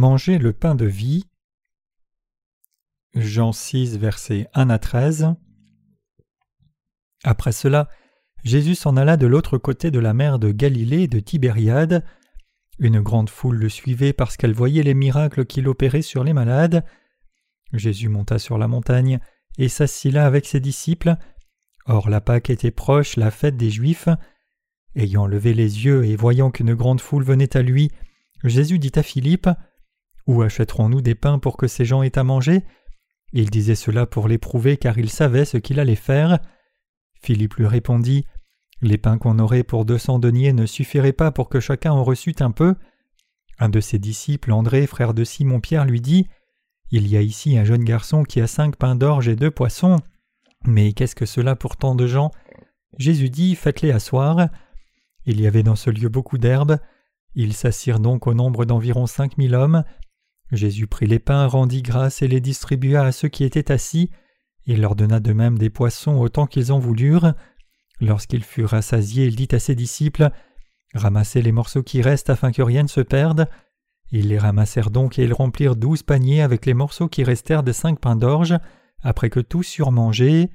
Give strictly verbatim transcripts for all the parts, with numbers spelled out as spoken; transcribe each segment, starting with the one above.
Manger le pain de vie. Jean six, versets un à treize. Après cela, Jésus s'en alla de l'autre côté de la mer de Galilée et de Tibériade. Une grande foule le suivait parce qu'elle voyait les miracles qu'il opérait sur les malades. Jésus monta sur la montagne et s'assit là avec ses disciples. Or la Pâque était proche, la fête des Juifs. Ayant levé les yeux et voyant qu'une grande foule venait à lui, Jésus dit à Philippe : « Où achèterons-nous des pains pour que ces gens aient à manger ?» Il disait cela pour l'éprouver car il savait ce qu'il allait faire. Philippe lui répondit : « Les pains qu'on aurait pour deux cents deniers ne suffiraient pas pour que chacun en reçût un peu. » Un de ses disciples, André, frère de Simon-Pierre, lui dit : « Il y a ici un jeune garçon qui a cinq pains d'orge et deux poissons. Mais qu'est-ce que cela pour tant de gens ?» Jésus dit : « Faites-les asseoir. » Il y avait dans ce lieu beaucoup d'herbes. Ils s'assirent donc au nombre d'environ cinq mille hommes. Jésus prit les pains, rendit grâce et les distribua à ceux qui étaient assis. Il leur donna de même des poissons autant qu'ils en voulurent. Lorsqu'ils furent rassasiés, il dit à ses disciples : « Ramassez les morceaux qui restent afin que rien ne se perde. » Ils les ramassèrent donc et ils remplirent douze paniers avec les morceaux qui restèrent de cinq pains d'orge, après que tous eurent mangé.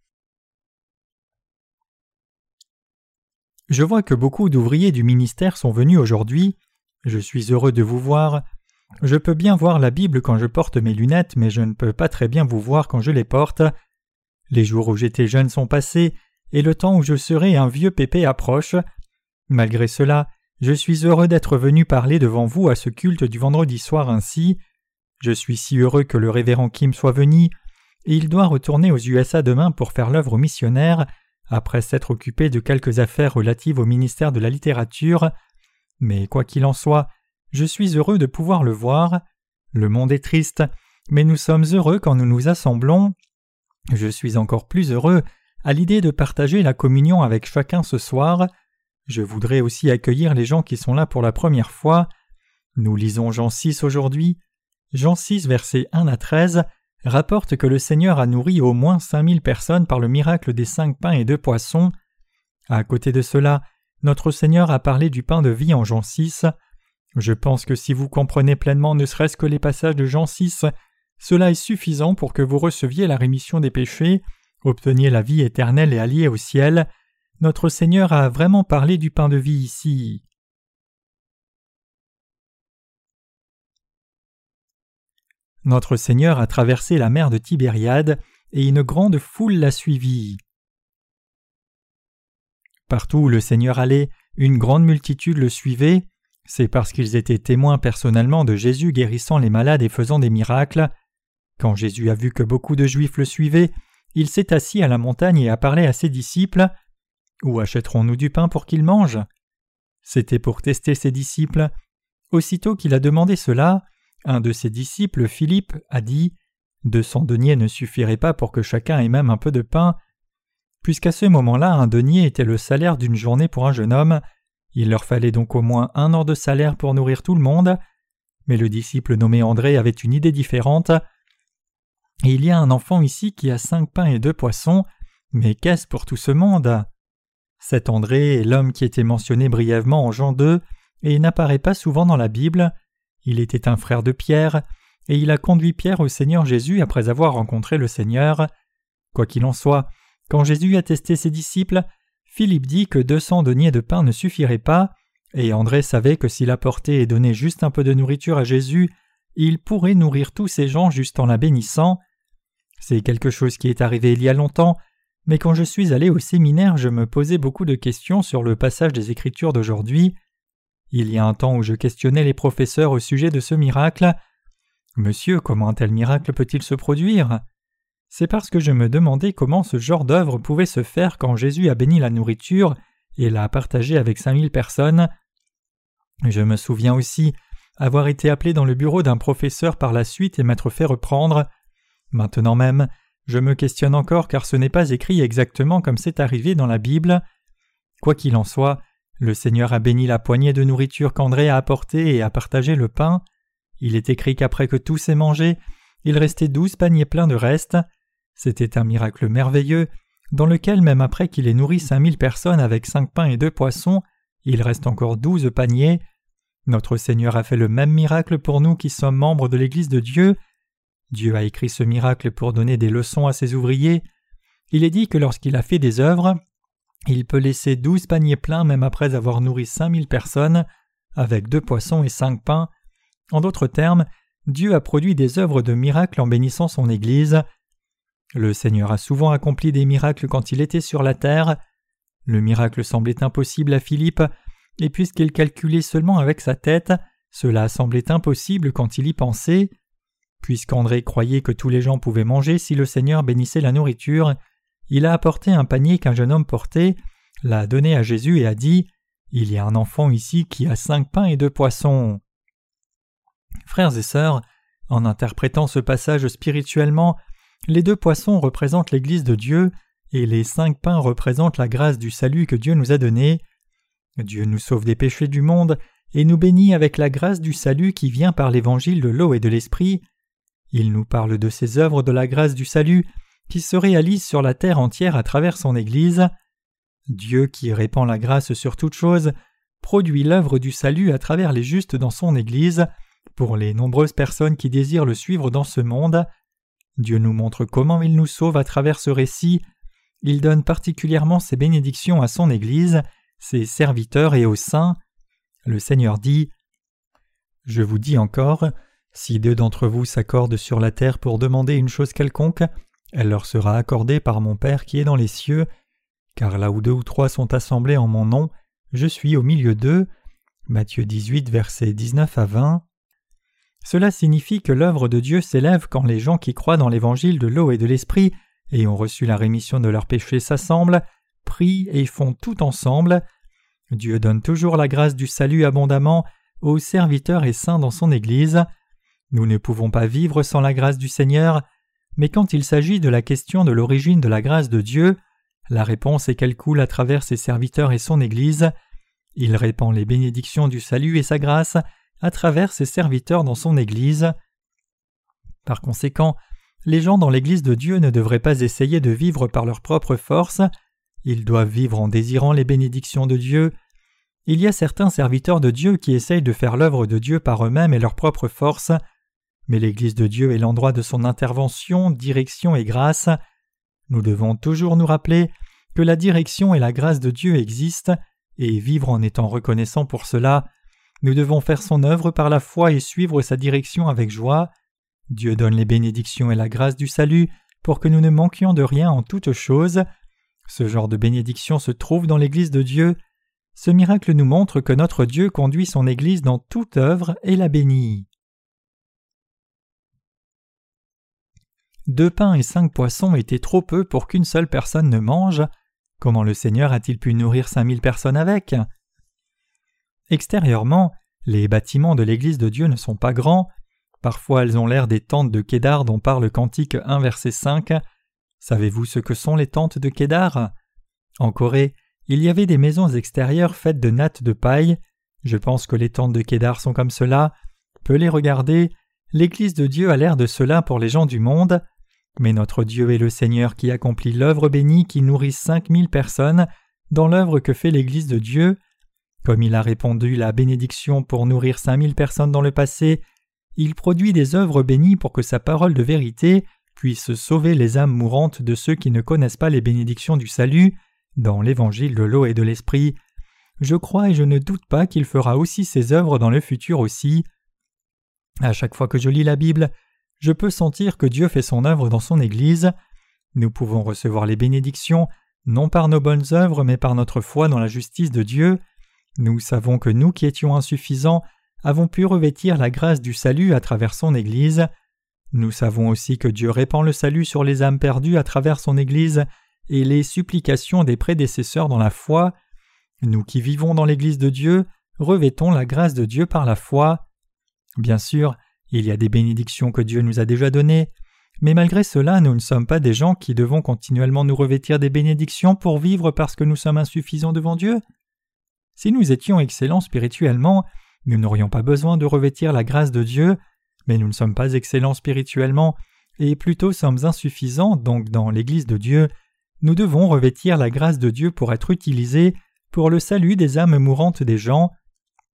Je vois que beaucoup d'ouvriers du ministère sont venus aujourd'hui. Je suis heureux de vous voir. Je peux bien voir la Bible quand je porte mes lunettes, mais je ne peux pas très bien vous voir quand je les porte. Les jours où j'étais jeune sont passés, et le temps où je serai un vieux pépé approche. Malgré cela, je suis heureux d'être venu parler devant vous à ce culte du vendredi soir ainsi. Je suis si heureux que le révérend Kim soit venu, et il doit retourner aux U S A demain pour faire l'œuvre missionnaire, après s'être occupé de quelques affaires relatives au ministère de la littérature. Mais quoi qu'il en soit, je suis heureux de pouvoir le voir. Le monde est triste, mais nous sommes heureux quand nous nous assemblons. Je suis encore plus heureux à l'idée de partager la communion avec chacun ce soir. Je voudrais aussi accueillir les gens qui sont là pour la première fois. Nous lisons Jean six aujourd'hui. Jean six, versets un à treize, rapporte que le Seigneur a nourri au moins cinq mille personnes par le miracle des cinq pains et deux poissons. À côté de cela, notre Seigneur a parlé du pain de vie en Jean six. Je pense que si vous comprenez pleinement ne serait-ce que les passages de Jean six, cela est suffisant pour que vous receviez la rémission des péchés, obteniez la vie éternelle et alliez au ciel. Notre Seigneur a vraiment parlé du pain de vie ici. Notre Seigneur a traversé la mer de Tibériade et une grande foule l'a suivi. Partout où le Seigneur allait, une grande multitude le suivait. C'est parce qu'ils étaient témoins personnellement de Jésus guérissant les malades et faisant des miracles. Quand Jésus a vu que beaucoup de Juifs le suivaient, il s'est assis à la montagne et a parlé à ses disciples. « Où achèterons-nous du pain pour qu'ils mangent ?» C'était pour tester ses disciples. Aussitôt qu'il a demandé cela, un de ses disciples, Philippe, a dit « Deux cents deniers ne suffiraient pas pour que chacun ait même un peu de pain. » Puisqu'à ce moment-là, un denier était le salaire d'une journée pour un jeune homme, il leur fallait donc au moins un an de salaire pour nourrir tout le monde. Mais le disciple nommé André avait une idée différente. « Et il y a un enfant ici qui a cinq pains et deux poissons, mais qu'est-ce pour tout ce monde ?» Cet André est l'homme qui était mentionné brièvement en Jean deux et n'apparaît pas souvent dans la Bible. Il était un frère de Pierre, et il a conduit Pierre au Seigneur Jésus après avoir rencontré le Seigneur. Quoi qu'il en soit, quand Jésus a testé ses disciples, Philippe dit que deux cents deniers de pain ne suffiraient pas, et André savait que s'il apportait et donnait juste un peu de nourriture à Jésus, il pourrait nourrir tous ces gens juste en la bénissant. C'est quelque chose qui est arrivé il y a longtemps, mais quand je suis allé au séminaire, je me posais beaucoup de questions sur le passage des Écritures d'aujourd'hui. Il y a un temps où je questionnais les professeurs au sujet de ce miracle. « Monsieur, comment un tel miracle peut-il se produire ?» C'est parce que je me demandais comment ce genre d'œuvre pouvait se faire quand Jésus a béni la nourriture et l'a partagée avec cinq mille personnes. Je me souviens aussi avoir été appelé dans le bureau d'un professeur par la suite et m'être fait reprendre. Maintenant même, je me questionne encore car ce n'est pas écrit exactement comme c'est arrivé dans la Bible. Quoi qu'il en soit, le Seigneur a béni la poignée de nourriture qu'André a apportée et a partagé le pain. Il est écrit qu'après que tous aient mangé, il restait douze paniers pleins de reste. C'était un miracle merveilleux, dans lequel même après qu'il ait nourri cinq mille personnes avec cinq pains et deux poissons, il reste encore douze paniers. Notre Seigneur a fait le même miracle pour nous qui sommes membres de l'Église de Dieu. Dieu a écrit ce miracle pour donner des leçons à ses ouvriers. Il est dit que lorsqu'il a fait des œuvres, il peut laisser douze paniers pleins même après avoir nourri cinq mille personnes, avec deux poissons et cinq pains. En d'autres termes, Dieu a produit des œuvres de miracles en bénissant son Église. Le Seigneur a souvent accompli des miracles quand il était sur la terre. Le miracle semblait impossible à Philippe, et puisqu'il calculait seulement avec sa tête, cela semblait impossible quand il y pensait. Puisqu'André croyait que tous les gens pouvaient manger si le Seigneur bénissait la nourriture, il a apporté un panier qu'un jeune homme portait, l'a donné à Jésus et a dit « Il y a un enfant ici qui a cinq pains et deux poissons. » Frères et sœurs, en interprétant ce passage spirituellement, les deux poissons représentent l'Église de Dieu et les cinq pains représentent la grâce du salut que Dieu nous a donné. Dieu nous sauve des péchés du monde et nous bénit avec la grâce du salut qui vient par l'évangile de l'eau et de l'esprit. Il nous parle de ces œuvres de la grâce du salut qui se réalisent sur la terre entière à travers son Église. Dieu qui répand la grâce sur toute chose produit l'œuvre du salut à travers les justes dans son Église pour les nombreuses personnes qui désirent le suivre dans ce monde. Dieu nous montre comment il nous sauve à travers ce récit. Il donne particulièrement ses bénédictions à son Église, ses serviteurs et aux saints. Le Seigneur dit « Je vous dis encore, si deux d'entre vous s'accordent sur la terre pour demander une chose quelconque, elle leur sera accordée par mon Père qui est dans les cieux, car là où deux ou trois sont assemblés en mon nom, je suis au milieu d'eux. » Matthieu dix-huit, versets dix-neuf à vingt. Cela signifie que l'œuvre de Dieu s'élève quand les gens qui croient dans l'évangile de l'eau et de l'esprit et ont reçu la rémission de leurs péchés s'assemblent, prient et font tout ensemble. Dieu donne toujours la grâce du salut abondamment aux serviteurs et saints dans son Église. Nous ne pouvons pas vivre sans la grâce du Seigneur, mais quand il s'agit de la question de l'origine de la grâce de Dieu, la réponse est qu'elle coule à travers ses serviteurs et son Église. Il répand les bénédictions du salut et sa grâce à travers ses serviteurs dans son Église. Par conséquent, les gens dans l'Église de Dieu ne devraient pas essayer de vivre par leur propre force, ils doivent vivre en désirant les bénédictions de Dieu. Il y a certains serviteurs de Dieu qui essayent de faire l'œuvre de Dieu par eux-mêmes et leur propre force, mais l'Église de Dieu est l'endroit de son intervention, direction et grâce. Nous devons toujours nous rappeler que la direction et la grâce de Dieu existent, et vivre en étant reconnaissants pour cela. Nous devons faire son œuvre par la foi et suivre sa direction avec joie. Dieu donne les bénédictions et la grâce du salut pour que nous ne manquions de rien en toutes choses. Ce genre de bénédiction se trouve dans l'Église de Dieu. Ce miracle nous montre que notre Dieu conduit son Église dans toute œuvre et la bénit. Deux pains et cinq poissons étaient trop peu pour qu'une seule personne ne mange. Comment le Seigneur a-t-il pu nourrir cinq mille personnes avec ? Extérieurement, les bâtiments de l'Église de Dieu ne sont pas grands. Parfois elles ont l'air des tentes de Kédar dont parle Cantique un verset cinq. Savez-vous ce que sont les tentes de Kédar ? En Corée, il y avait des maisons extérieures faites de nattes de paille. Je pense que les tentes de Kédar sont comme cela. Peu les regarder. L'Église de Dieu a l'air de cela pour les gens du monde. Mais notre Dieu est le Seigneur qui accomplit l'œuvre bénie qui nourrit cinq mille personnes dans l'œuvre que fait l'Église de Dieu. Comme il a répandu la bénédiction pour nourrir cinq mille personnes dans le passé, il produit des œuvres bénies pour que sa parole de vérité puisse sauver les âmes mourantes de ceux qui ne connaissent pas les bénédictions du salut dans l'évangile de l'eau et de l'esprit. Je crois et je ne doute pas qu'il fera aussi ses œuvres dans le futur aussi. À chaque fois que je lis la Bible, je peux sentir que Dieu fait son œuvre dans son Église. Nous pouvons recevoir les bénédictions, non par nos bonnes œuvres, mais par notre foi dans la justice de Dieu. Nous savons que nous qui étions insuffisants avons pu revêtir la grâce du salut à travers son Église. Nous savons aussi que Dieu répand le salut sur les âmes perdues à travers son Église et les supplications des prédécesseurs dans la foi. Nous qui vivons dans l'Église de Dieu revêtons la grâce de Dieu par la foi. Bien sûr, il y a des bénédictions que Dieu nous a déjà données, mais malgré cela, nous ne sommes pas des gens qui devons continuellement nous revêtir des bénédictions pour vivre parce que nous sommes insuffisants devant Dieu. Si nous étions excellents spirituellement, nous n'aurions pas besoin de revêtir la grâce de Dieu, mais nous ne sommes pas excellents spirituellement et plutôt sommes insuffisants, donc dans l'Église de Dieu, nous devons revêtir la grâce de Dieu pour être utilisés pour le salut des âmes mourantes des gens.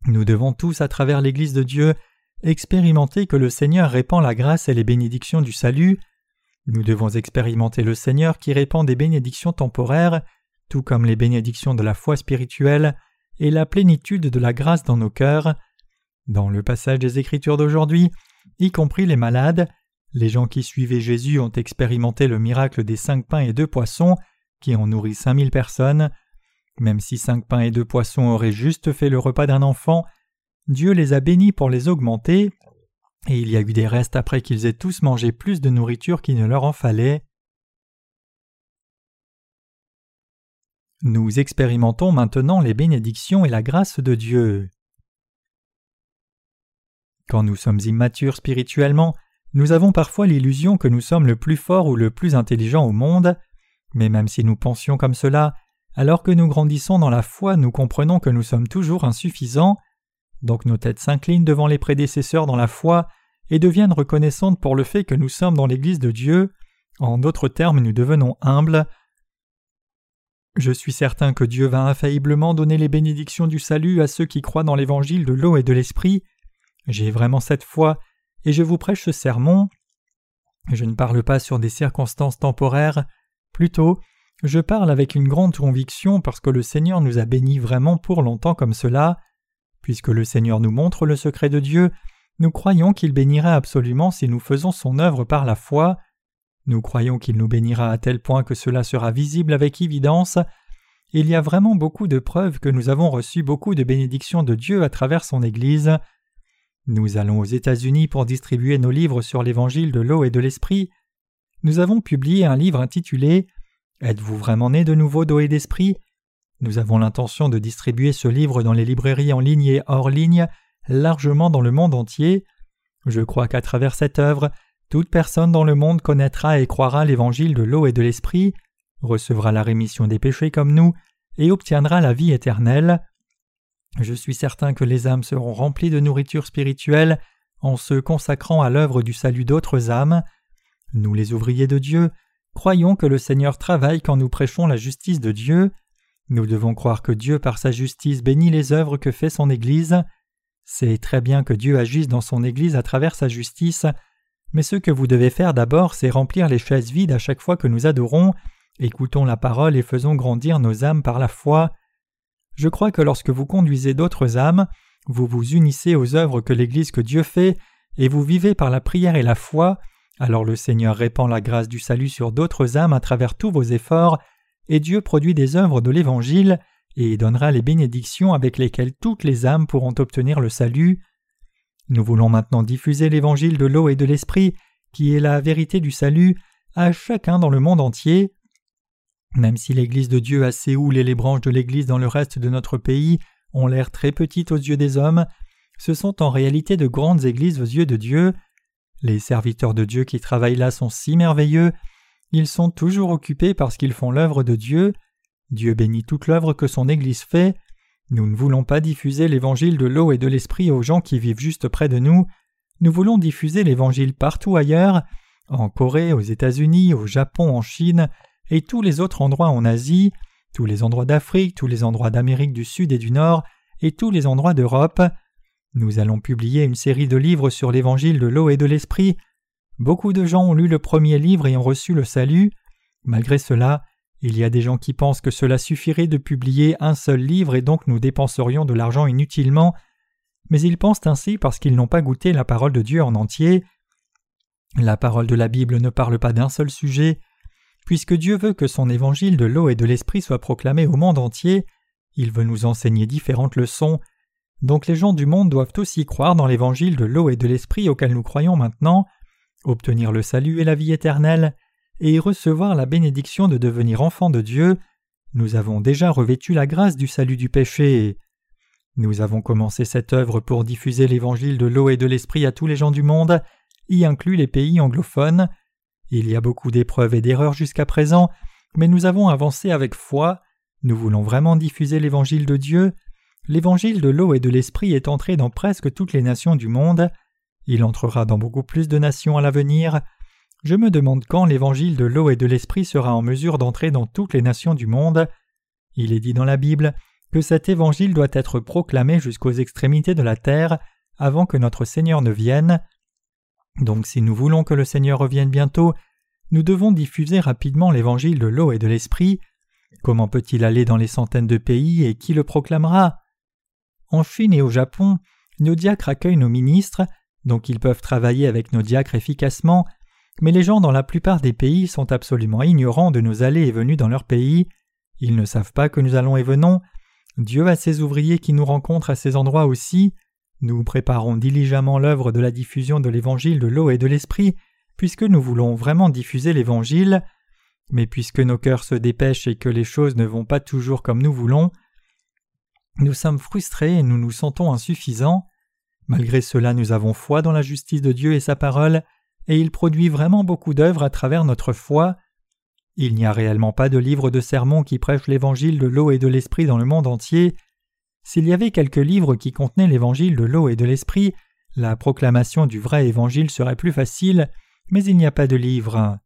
Nous devons tous, à travers l'Église de Dieu, expérimenter que le Seigneur répand la grâce et les bénédictions du salut. Nous devons expérimenter le Seigneur qui répand des bénédictions temporaires, tout comme les bénédictions de la foi spirituelle et la plénitude de la grâce dans nos cœurs. Dans le passage des Écritures d'aujourd'hui, y compris les malades, les gens qui suivaient Jésus ont expérimenté le miracle des cinq pains et deux poissons qui ont nourri cinq mille personnes. Même si cinq pains et deux poissons auraient juste fait le repas d'un enfant, Dieu les a bénis pour les augmenter, et il y a eu des restes après qu'ils aient tous mangé plus de nourriture qu'il ne leur en fallait. Nous expérimentons maintenant les bénédictions et la grâce de Dieu. Quand nous sommes immatures spirituellement, nous avons parfois l'illusion que nous sommes le plus fort ou le plus intelligent au monde, mais même si nous pensions comme cela, alors que nous grandissons dans la foi, nous comprenons que nous sommes toujours insuffisants, donc nos têtes s'inclinent devant les prédécesseurs dans la foi et deviennent reconnaissantes pour le fait que nous sommes dans l'Église de Dieu. En d'autres termes, nous devenons humbles. Je suis certain que Dieu va infailliblement donner les bénédictions du salut à ceux qui croient dans l'Évangile de l'eau et de l'Esprit. J'ai vraiment cette foi, et je vous prêche ce sermon. Je ne parle pas sur des circonstances temporaires, plutôt, je parle avec une grande conviction parce que le Seigneur nous a bénis vraiment pour longtemps comme cela. Puisque le Seigneur nous montre le secret de Dieu, nous croyons qu'il bénira absolument si nous faisons son œuvre par la foi. Nous croyons qu'il nous bénira à tel point que cela sera visible avec évidence. Il y a vraiment beaucoup de preuves que nous avons reçu beaucoup de bénédictions de Dieu à travers son Église. Nous allons aux États-Unis pour distribuer nos livres sur l'Évangile de l'eau et de l'Esprit. Nous avons publié un livre intitulé « Êtes-vous vraiment né de nouveau d'eau et d'esprit ?» Nous avons l'intention de distribuer ce livre dans les librairies en ligne et hors ligne, largement dans le monde entier. Je crois qu'à travers cette œuvre, toute personne dans le monde connaîtra et croira l'Évangile de l'eau et de l'Esprit, recevra la rémission des péchés comme nous, et obtiendra la vie éternelle. Je suis certain que les âmes seront remplies de nourriture spirituelle en se consacrant à l'œuvre du salut d'autres âmes. Nous, les ouvriers de Dieu, croyons que le Seigneur travaille quand nous prêchons la justice de Dieu. Nous devons croire que Dieu, par sa justice, bénit les œuvres que fait son Église. C'est très bien que Dieu agisse dans son Église à travers sa justice, mais ce que vous devez faire d'abord, c'est remplir les chaises vides à chaque fois que nous adorons, écoutons la parole et faisons grandir nos âmes par la foi. Je crois que lorsque vous conduisez d'autres âmes, vous vous unissez aux œuvres que l'Église que Dieu fait, et vous vivez par la prière et la foi, alors le Seigneur répand la grâce du salut sur d'autres âmes à travers tous vos efforts, et Dieu produit des œuvres de l'Évangile, et donnera les bénédictions avec lesquelles toutes les âmes pourront obtenir le salut. Nous voulons maintenant diffuser l'Évangile de l'eau et de l'Esprit, qui est la vérité du salut, à chacun dans le monde entier. Même si l'Église de Dieu à Séoul et les branches de l'Église dans le reste de notre pays ont l'air très petites aux yeux des hommes, ce sont en réalité de grandes églises aux yeux de Dieu. Les serviteurs de Dieu qui travaillent là sont si merveilleux, ils sont toujours occupés parce qu'ils font l'œuvre de Dieu. Dieu bénit toute l'œuvre que son Église fait. Nous ne voulons pas diffuser l'Évangile de l'eau et de l'Esprit aux gens qui vivent juste près de nous. Nous voulons diffuser l'Évangile partout ailleurs, en Corée, aux États-Unis, au Japon, en Chine, et tous les autres endroits en Asie, tous les endroits d'Afrique, tous les endroits d'Amérique du Sud et du Nord, et tous les endroits d'Europe. Nous allons publier une série de livres sur l'Évangile de l'eau et de l'Esprit. Beaucoup de gens ont lu le premier livre et ont reçu le salut. Malgré cela, il y a des gens qui pensent que cela suffirait de publier un seul livre et donc nous dépenserions de l'argent inutilement, mais ils pensent ainsi parce qu'ils n'ont pas goûté la parole de Dieu en entier. La parole de la Bible ne parle pas d'un seul sujet. Puisque Dieu veut que son évangile de l'eau et de l'esprit soit proclamé au monde entier, il veut nous enseigner différentes leçons. Donc les gens du monde doivent aussi croire dans l'évangile de l'eau et de l'esprit auquel nous croyons maintenant, obtenir le salut et la vie éternelle, et recevoir la bénédiction de devenir enfants de Dieu. Nous avons déjà revêtu la grâce du salut du péché. Nous avons commencé cette œuvre pour diffuser l'évangile de l'eau et de l'esprit à tous les gens du monde, y inclus les pays anglophones. Il y a beaucoup d'épreuves et d'erreurs jusqu'à présent, mais nous avons avancé avec foi. Nous voulons vraiment diffuser l'évangile de Dieu. L'évangile de l'eau et de l'esprit est entré dans presque toutes les nations du monde. Il entrera dans beaucoup plus de nations à l'avenir. Je me demande quand l'évangile de l'eau et de l'esprit sera en mesure d'entrer dans toutes les nations du monde. Il est dit dans la Bible que cet évangile doit être proclamé jusqu'aux extrémités de la terre avant que notre Seigneur ne vienne. Donc si nous voulons que le Seigneur revienne bientôt, nous devons diffuser rapidement l'évangile de l'eau et de l'esprit. Comment peut-il aller dans les centaines de pays et qui le proclamera? En Chine et au Japon, nos diacres accueillent nos ministres, donc ils peuvent travailler avec nos diacres efficacement, mais les gens dans la plupart des pays sont absolument ignorants de nos allées et venues dans leur pays. Ils ne savent pas que nous allons et venons. Dieu a ses ouvriers qui nous rencontrent à ces endroits aussi. Nous préparons diligemment l'œuvre de la diffusion de l'évangile de l'eau et de l'esprit, puisque nous voulons vraiment diffuser l'évangile. Mais puisque nos cœurs se dépêchent et que les choses ne vont pas toujours comme nous voulons, nous sommes frustrés et nous nous sentons insuffisants. Malgré cela, nous avons foi dans la justice de Dieu et sa parole, et il produit vraiment beaucoup d'œuvres à travers notre foi. Il n'y a réellement pas de livre de sermons qui prêche l'évangile de l'eau et de l'esprit dans le monde entier. S'il y avait quelques livres qui contenaient l'évangile de l'eau et de l'esprit, la proclamation du vrai évangile serait plus facile, mais il n'y a pas de livre.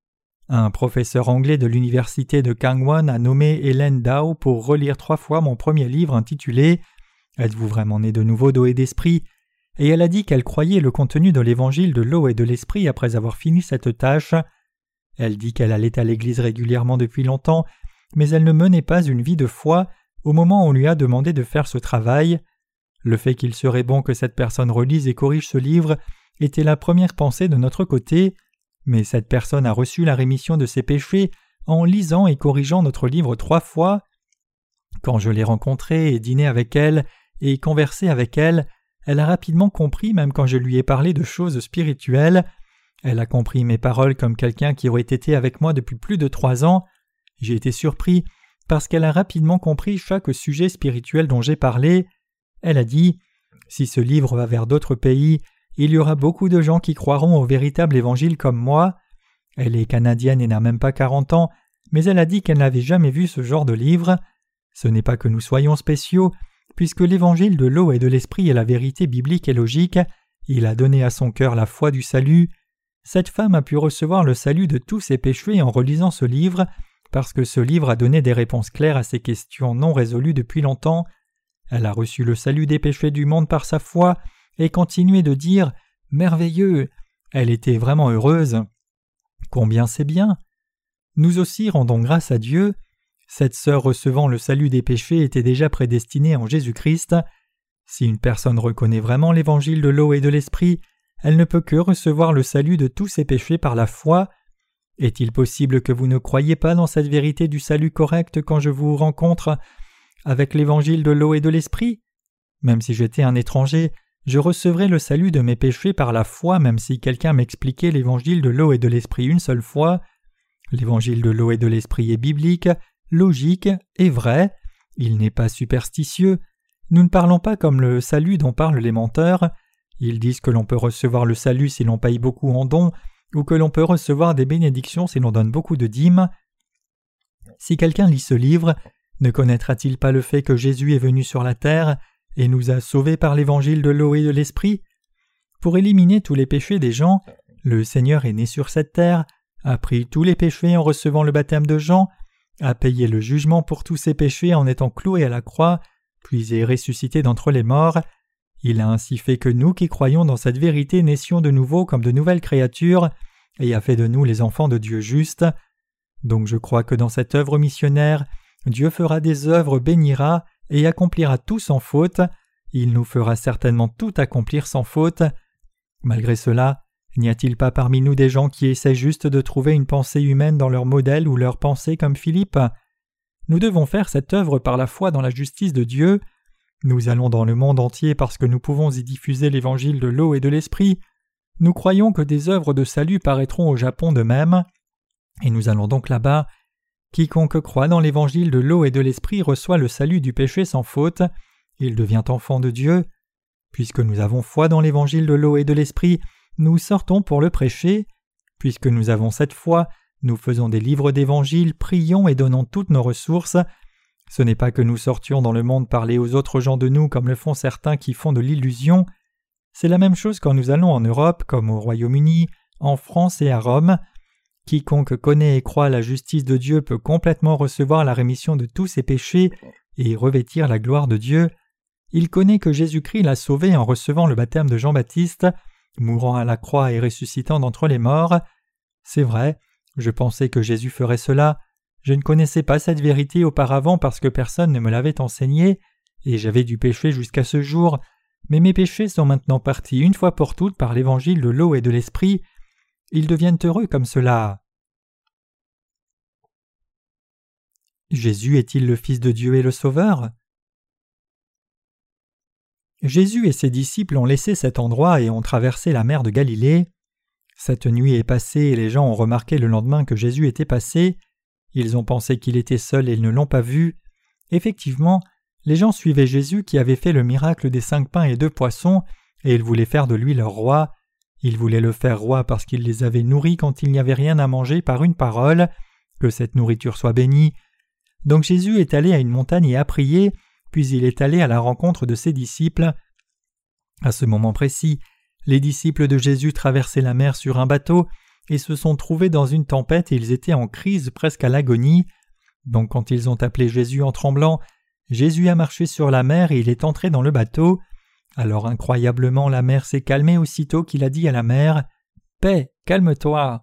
Un professeur anglais de l'université de Kangwon a nommé Hélène Dao pour relire trois fois mon premier livre intitulé « Êtes-vous vraiment né de nouveau d'eau et d'esprit ?» et elle a dit qu'elle croyait le contenu de l'évangile de l'eau et de l'esprit après avoir fini cette tâche. Elle dit qu'elle allait à l'église régulièrement depuis longtemps, mais elle ne menait pas une vie de foi au moment où on lui a demandé de faire ce travail. Le fait qu'il serait bon que cette personne relise et corrige ce livre était la première pensée de notre côté, mais cette personne a reçu la rémission de ses péchés en lisant et corrigeant notre livre trois fois. Quand je l'ai rencontrée et dîné avec elle et conversé avec elle, elle a rapidement compris même quand je lui ai parlé de choses spirituelles. Elle a compris mes paroles comme quelqu'un qui aurait été avec moi depuis plus de trois ans. J'ai été surpris parce qu'elle a rapidement compris chaque sujet spirituel dont j'ai parlé. Elle a dit « Si ce livre va vers d'autres pays, il y aura beaucoup de gens qui croiront au véritable évangile comme moi. » Elle est canadienne et n'a même pas quarante ans, mais elle a dit qu'elle n'avait jamais vu ce genre de livre. Ce n'est pas que nous soyons spéciaux, puisque l'évangile de l'eau et de l'esprit est la vérité biblique et logique. Il a donné à son cœur la foi du salut. Cette femme a pu recevoir le salut de tous ses péchés en relisant ce livre, parce que ce livre a donné des réponses claires à ses questions non résolues depuis longtemps. Elle a reçu le salut des péchés du monde par sa foi et continué de dire « Merveilleux !» Elle était vraiment heureuse. Combien c'est bien! Nous aussi rendons grâce à Dieu. Cette sœur recevant le salut des péchés était déjà prédestinée en Jésus-Christ. Si une personne reconnaît vraiment l'évangile de l'eau et de l'esprit, elle ne peut que recevoir le salut de tous ses péchés par la foi. Est-il possible que vous ne croyiez pas dans cette vérité du salut correct quand je vous rencontre avec l'évangile de l'eau et de l'esprit? Même si j'étais un étranger, je recevrais le salut de mes péchés par la foi même si quelqu'un m'expliquait l'évangile de l'eau et de l'esprit une seule fois. L'évangile de l'eau et de l'esprit est biblique, logique et vrai. Il n'est pas superstitieux. Nous ne parlons pas comme le salut dont parlent les menteurs. Ils disent que l'on peut recevoir le salut si l'on paye beaucoup en dons, ou que l'on peut recevoir des bénédictions si l'on donne beaucoup de dîmes. Si quelqu'un lit ce livre, ne connaîtra-t-il pas le fait que Jésus est venu sur la terre et nous a sauvés par l'évangile de l'eau et de l'esprit? Pour éliminer tous les péchés des gens, le Seigneur est né sur cette terre, a pris tous les péchés en recevant le baptême de Jean, a payé le jugement pour tous ses péchés en étant cloué à la croix, puis est ressuscité d'entre les morts. Il a ainsi fait que nous qui croyons dans cette vérité naissions de nouveau comme de nouvelles créatures et a fait de nous les enfants de Dieu juste. Donc je crois que dans cette œuvre missionnaire, Dieu fera des œuvres, bénira et accomplira tout sans faute. Il nous fera certainement tout accomplir sans faute. Malgré cela, n'y a-t-il pas parmi nous des gens qui essaient juste de trouver une pensée humaine dans leur modèle ou leur pensée comme Philippe? Nous devons faire cette œuvre par la foi dans la justice de Dieu. Nous allons dans le monde entier parce que nous pouvons y diffuser l'évangile de l'eau et de l'esprit. Nous croyons que des œuvres de salut paraîtront au Japon de même. Et nous allons donc là-bas. Quiconque croit dans l'évangile de l'eau et de l'esprit reçoit le salut du péché sans faute. Il devient enfant de Dieu. Puisque nous avons foi dans l'évangile de l'eau et de l'esprit, nous sortons pour le prêcher. Puisque nous avons cette foi, nous faisons des livres d'évangile, prions et donnons toutes nos ressources. Ce n'est pas que nous sortions dans le monde parler aux autres gens de nous comme le font certains qui font de l'illusion. C'est la même chose quand nous allons en Europe, comme au Royaume-Uni, en France et à Rome. Quiconque connaît et croit à la justice de Dieu peut complètement recevoir la rémission de tous ses péchés et revêtir la gloire de Dieu. Il connaît que Jésus-Christ l'a sauvé en recevant le baptême de Jean-Baptiste, mourant à la croix et ressuscitant d'entre les morts. C'est vrai, je pensais que Jésus ferait cela. Je ne connaissais pas cette vérité auparavant parce que personne ne me l'avait enseignée, et j'avais du péché jusqu'à ce jour, mais mes péchés sont maintenant partis une fois pour toutes par l'évangile de l'eau et de l'esprit. Ils deviennent heureux comme cela. Jésus est-il le Fils de Dieu et le Sauveur ? Jésus et ses disciples ont laissé cet endroit et ont traversé la mer de Galilée. Cette nuit est passée et les gens ont remarqué le lendemain que Jésus était passé. Ils ont pensé qu'il était seul et ils ne l'ont pas vu. Effectivement, les gens suivaient Jésus qui avait fait le miracle des cinq pains et deux poissons, et ils voulaient faire de lui leur roi. Ils voulaient le faire roi parce qu'il les avait nourris quand il n'y avait rien à manger par une parole, que cette nourriture soit bénie. Donc Jésus est allé à une montagne et a prié, puis il est allé à la rencontre de ses disciples. À ce moment précis, les disciples de Jésus traversaient la mer sur un bateau et se sont trouvés dans une tempête et ils étaient en crise presque à l'agonie. Donc quand ils ont appelé Jésus en tremblant, Jésus a marché sur la mer et il est entré dans le bateau. Alors incroyablement la mer s'est calmée aussitôt qu'il a dit à la mer « Paix, calme-toi »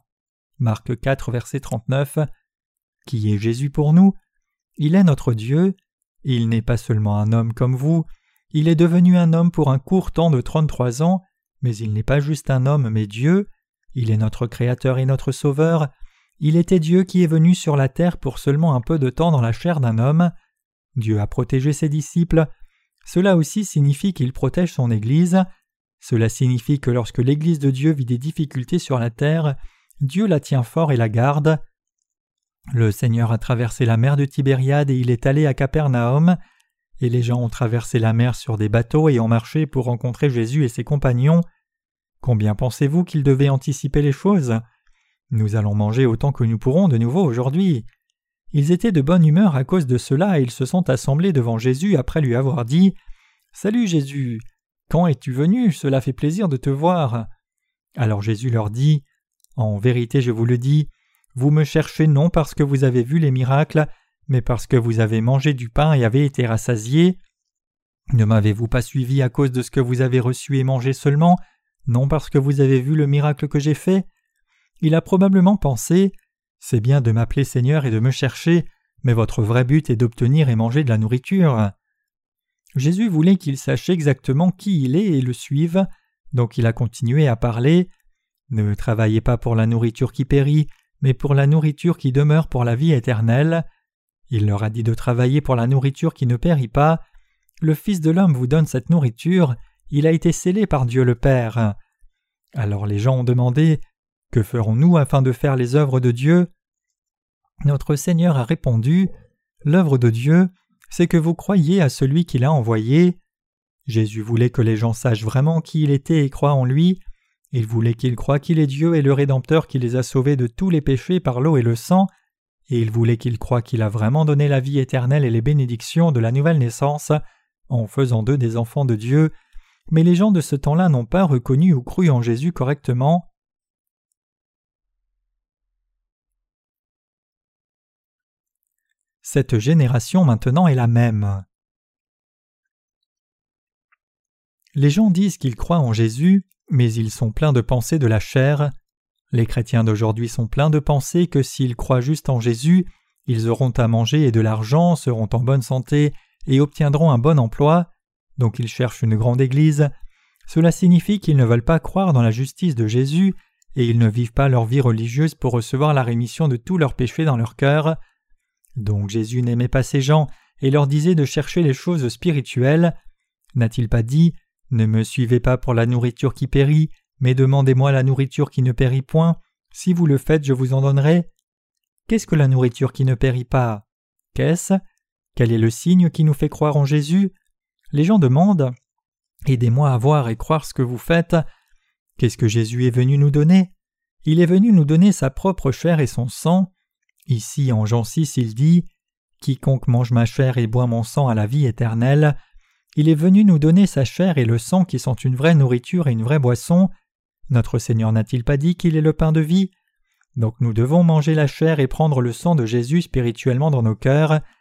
Marc quatre, verset trente-neuf. Qui est Jésus pour nous ? Il est notre Dieu. Il n'est pas seulement un homme comme vous, il est devenu un homme pour un court temps de trente-trois ans, mais il n'est pas juste un homme mais Dieu. Il est notre Créateur et notre Sauveur. Il était Dieu qui est venu sur la terre pour seulement un peu de temps dans la chair d'un homme. Dieu a protégé ses disciples. Cela aussi signifie qu'il protège son Église. Cela signifie que lorsque l'Église de Dieu vit des difficultés sur la terre, Dieu la tient fort et la garde. Le Seigneur a traversé la mer de Tibériade et il est allé à Capernaum, et les gens ont traversé la mer sur des bateaux et ont marché pour rencontrer Jésus et ses compagnons. Combien pensez-vous qu'ils devaient anticiper les choses ? Nous allons manger autant que nous pourrons de nouveau aujourd'hui. Ils étaient de bonne humeur à cause de cela et ils se sont assemblés devant Jésus après lui avoir dit « Salut Jésus, quand es-tu venu ? Cela fait plaisir de te voir. » Alors Jésus leur dit « En vérité je vous le dis, vous me cherchez non parce que vous avez vu les miracles, mais parce que vous avez mangé du pain et avez été rassasiés. Ne m'avez-vous pas suivi à cause de ce que vous avez reçu et mangé seulement, non parce que vous avez vu le miracle que j'ai fait ? » Il a probablement pensé « C'est bien de m'appeler Seigneur et de me chercher, mais votre vrai but est d'obtenir et manger de la nourriture. » Jésus voulait qu'ils sachent exactement qui il est et le suivent, donc il a continué à parler. « Ne travaillez pas pour la nourriture qui périt, mais pour la nourriture qui demeure pour la vie éternelle. » Il leur a dit de travailler pour la nourriture qui ne périt pas. Le Fils de l'homme vous donne cette nourriture, il a été scellé par Dieu le Père. Alors les gens ont demandé « Que ferons-nous afin de faire les œuvres de Dieu ?» Notre Seigneur a répondu « L'œuvre de Dieu, c'est que vous croyiez à celui qui l'a envoyé. » Jésus voulait que les gens sachent vraiment qui il était et croient en lui. Il voulait qu'ils croient qu'il est Dieu et le Rédempteur qui les a sauvés de tous les péchés par l'eau et le sang, et il voulait qu'ils croient qu'il a vraiment donné la vie éternelle et les bénédictions de la nouvelle naissance en faisant d'eux des enfants de Dieu, mais les gens de ce temps-là n'ont pas reconnu ou cru en Jésus correctement. Cette génération maintenant est la même. Les gens disent qu'ils croient en Jésus, mais ils sont pleins de pensées de la chair. Les chrétiens d'aujourd'hui sont pleins de pensées que s'ils croient juste en Jésus, ils auront à manger et de l'argent, seront en bonne santé et obtiendront un bon emploi, donc ils cherchent une grande église. Cela signifie qu'ils ne veulent pas croire dans la justice de Jésus et ils ne vivent pas leur vie religieuse pour recevoir la rémission de tous leurs péchés dans leur cœur. Donc Jésus n'aimait pas ces gens et leur disait de chercher les choses spirituelles. N'a-t-il pas dit « Ne me suivez pas pour la nourriture qui périt, mais demandez-moi la nourriture qui ne périt point. Si vous le faites, je vous en donnerai. » Qu'est-ce que la nourriture qui ne périt pas ? Qu'est-ce ? Quel est le signe qui nous fait croire en Jésus ? Les gens demandent « Aidez-moi à voir et croire ce que vous faites. » Qu'est-ce que Jésus est venu nous donner ? Il est venu nous donner sa propre chair et son sang. Ici, en Jean six, il dit « Quiconque mange ma chair et boit mon sang a la vie éternelle. » Il est venu nous donner sa chair et le sang qui sont une vraie nourriture et une vraie boisson. Notre Seigneur n'a-t-il pas dit qu'il est le pain de vie ? Donc nous devons manger la chair et prendre le sang de Jésus spirituellement dans nos cœurs.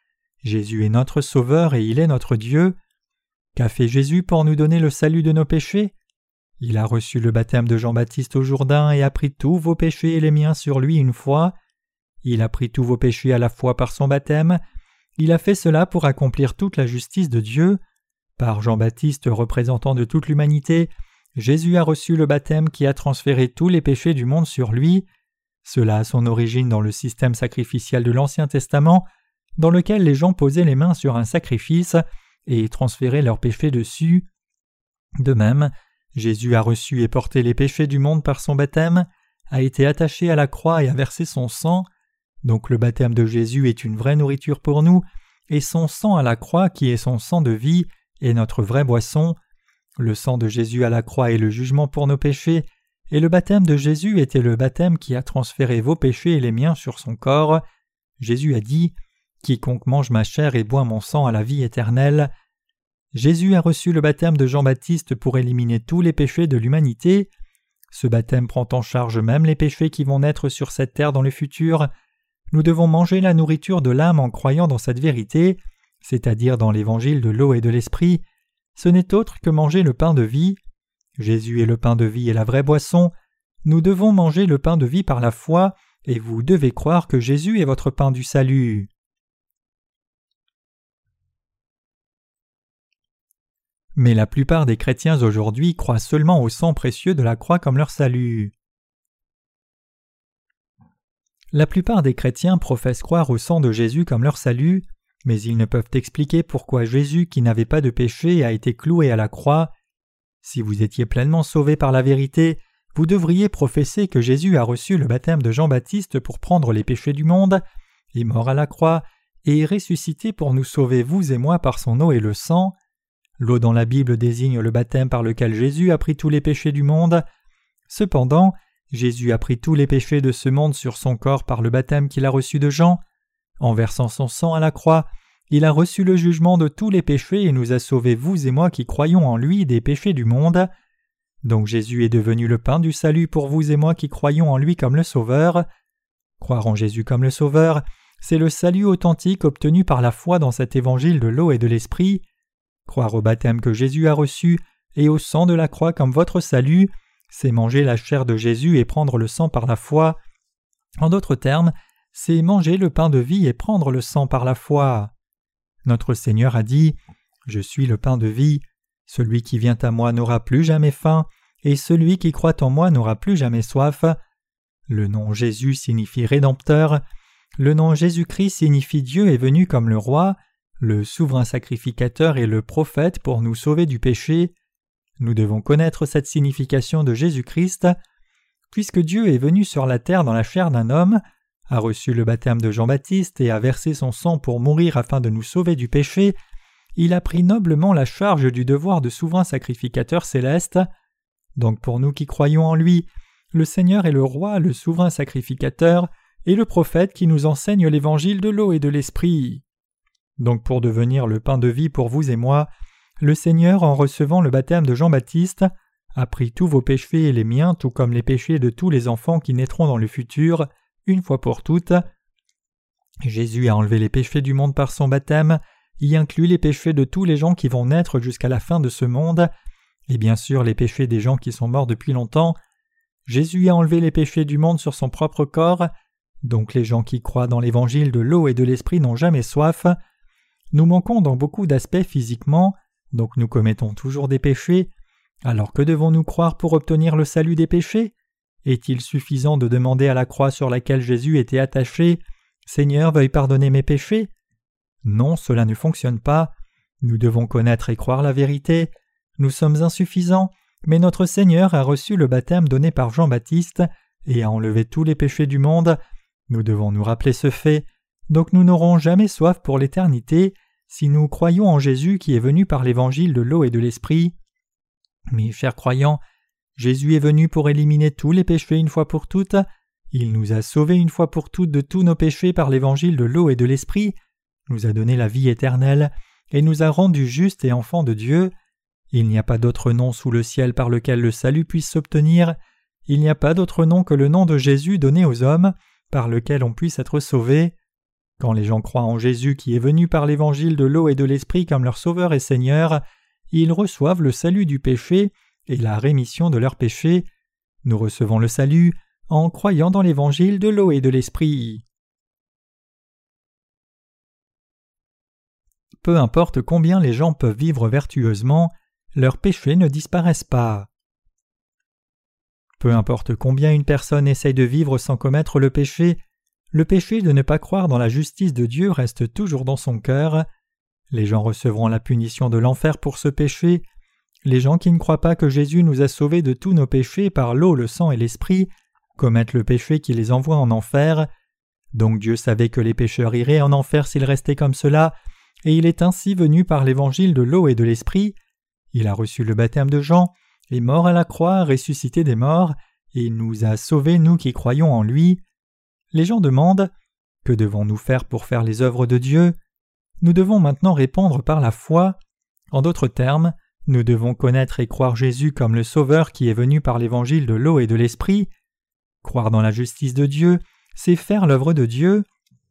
Jésus est notre Sauveur et il est notre Dieu. Qu'a fait Jésus pour nous donner le salut de nos péchés? Il a reçu le baptême de Jean-Baptiste au Jourdain et a pris tous vos péchés et les miens sur lui une fois. Il a pris tous vos péchés à la fois par son baptême. Il a fait cela pour accomplir toute la justice de Dieu. Par Jean-Baptiste, représentant de toute l'humanité, Jésus a reçu le baptême qui a transféré tous les péchés du monde sur lui. Cela a son origine dans le système sacrificiel de l'Ancien Testament, dans lequel les gens posaient les mains sur un sacrifice et transféraient leurs péchés dessus. De même, Jésus a reçu et porté les péchés du monde par son baptême, a été attaché à la croix et a versé son sang. Donc le baptême de Jésus est une vraie nourriture pour nous, et son sang à la croix, qui est son sang de vie, est notre vraie boisson. Le sang de Jésus à la croix est le jugement pour nos péchés, et le baptême de Jésus était le baptême qui a transféré vos péchés et les miens sur son corps. Jésus a dit « Quiconque mange ma chair et boit mon sang a la vie éternelle ». Jésus a reçu le baptême de Jean-Baptiste pour éliminer tous les péchés de l'humanité. Ce baptême prend en charge même les péchés qui vont naître sur cette terre dans le futur. Nous devons manger la nourriture de l'âme en croyant dans cette vérité, c'est-à-dire dans l'évangile de l'eau et de l'esprit. Ce n'est autre que manger le pain de vie. Jésus est le pain de vie et la vraie boisson. Nous devons manger le pain de vie par la foi, et vous devez croire que Jésus est votre pain du salut. Mais la plupart des chrétiens aujourd'hui croient seulement au sang précieux de la croix comme leur salut. La plupart des chrétiens professent croire au sang de Jésus comme leur salut, mais ils ne peuvent expliquer pourquoi Jésus, qui n'avait pas de péché, a été cloué à la croix. Si vous étiez pleinement sauvés par la vérité, vous devriez professer que Jésus a reçu le baptême de Jean-Baptiste pour prendre les péchés du monde, est mort à la croix, et est ressuscité pour nous sauver vous et moi par son eau et le sang. L'eau dans la Bible désigne le baptême par lequel Jésus a pris tous les péchés du monde. Cependant, Jésus a pris tous les péchés de ce monde sur son corps par le baptême qu'il a reçu de Jean. En versant son sang à la croix, il a reçu le jugement de tous les péchés et nous a sauvés vous et moi qui croyons en lui des péchés du monde. Donc Jésus est devenu le pain du salut pour vous et moi qui croyons en lui comme le Sauveur. Croire en Jésus comme le Sauveur, c'est le salut authentique obtenu par la foi dans cet évangile de l'eau et de l'esprit. Croire au baptême que Jésus a reçu et au sang de la croix comme votre salut, c'est manger la chair de Jésus et prendre le sang par la foi. En d'autres termes, c'est manger le pain de vie et prendre le sang par la foi. Notre Seigneur a dit « Je suis le pain de vie, celui qui vient à moi n'aura plus jamais faim, et celui qui croit en moi n'aura plus jamais soif. » Le nom Jésus signifie Rédempteur, le nom Jésus-Christ signifie Dieu est venu comme le roi, le souverain sacrificateur et le prophète pour nous sauver du péché. Nous devons connaître cette signification de Jésus-Christ. Puisque Dieu est venu sur la terre dans la chair d'un homme, a reçu le baptême de Jean-Baptiste et a versé son sang pour mourir afin de nous sauver du péché, il a pris noblement la charge du devoir de souverain sacrificateur céleste. Donc pour nous qui croyons en lui, le Seigneur est le roi, le souverain sacrificateur, et le prophète qui nous enseigne l'évangile de l'eau et de l'esprit. Donc pour devenir le pain de vie pour vous et moi, le Seigneur, en recevant le baptême de Jean-Baptiste, a pris tous vos péchés et les miens, tout comme les péchés de tous les enfants qui naîtront dans le futur, une fois pour toutes. Jésus a enlevé les péchés du monde par son baptême, y inclut les péchés de tous les gens qui vont naître jusqu'à la fin de ce monde, et bien sûr les péchés des gens qui sont morts depuis longtemps. Jésus a enlevé les péchés du monde sur son propre corps, donc les gens qui croient dans l'évangile de l'eau et de l'esprit n'ont jamais soif. Nous manquons dans beaucoup d'aspects physiquement, donc nous commettons toujours des péchés. Alors que devons-nous croire pour obtenir le salut des péchés? Est-il suffisant de demander à la croix sur laquelle Jésus était attaché « Seigneur, veuille pardonner mes péchés » Non, cela ne fonctionne pas. Nous devons connaître et croire la vérité. Nous sommes insuffisants, mais notre Seigneur a reçu le baptême donné par Jean-Baptiste et a enlevé tous les péchés du monde. Nous devons nous rappeler ce fait, donc nous n'aurons jamais soif pour l'éternité si nous croyons en Jésus qui est venu par l'évangile de l'eau et de l'esprit. Mes chers croyants, Jésus est venu pour éliminer tous les péchés une fois pour toutes. Il nous a sauvés une fois pour toutes de tous nos péchés par l'évangile de l'eau et de l'esprit, nous a donné la vie éternelle et nous a rendus justes et enfants de Dieu. Il n'y a pas d'autre nom sous le ciel par lequel le salut puisse s'obtenir. Il n'y a pas d'autre nom que le nom de Jésus donné aux hommes, par lequel on puisse être sauvé. Quand les gens croient en Jésus qui est venu par l'évangile de l'eau et de l'esprit comme leur Sauveur et Seigneur, ils reçoivent le salut du péché et la rémission de leurs péchés. Nous recevons le salut en croyant dans l'évangile de l'eau et de l'esprit. Peu importe combien les gens peuvent vivre vertueusement, leurs péchés ne disparaissent pas. Peu importe combien une personne essaye de vivre sans commettre le péché, le péché de ne pas croire dans la justice de Dieu reste toujours dans son cœur. Les gens recevront la punition de l'enfer pour ce péché. Les gens qui ne croient pas que Jésus nous a sauvés de tous nos péchés par l'eau, le sang et l'esprit commettent le péché qui les envoie en enfer. Donc Dieu savait que les pécheurs iraient en enfer s'ils restaient comme cela, et il est ainsi venu par l'évangile de l'eau et de l'esprit. Il a reçu le baptême de Jean, est mort à la croix, ressuscité des morts, et il nous a sauvés, nous qui croyons en lui. Les gens demandent « Que devons-nous faire pour faire les œuvres de Dieu ?» Nous devons maintenant répondre par la foi. En d'autres termes, nous devons connaître et croire Jésus comme le Sauveur qui est venu par l'évangile de l'eau et de l'esprit. Croire dans la justice de Dieu, c'est faire l'œuvre de Dieu.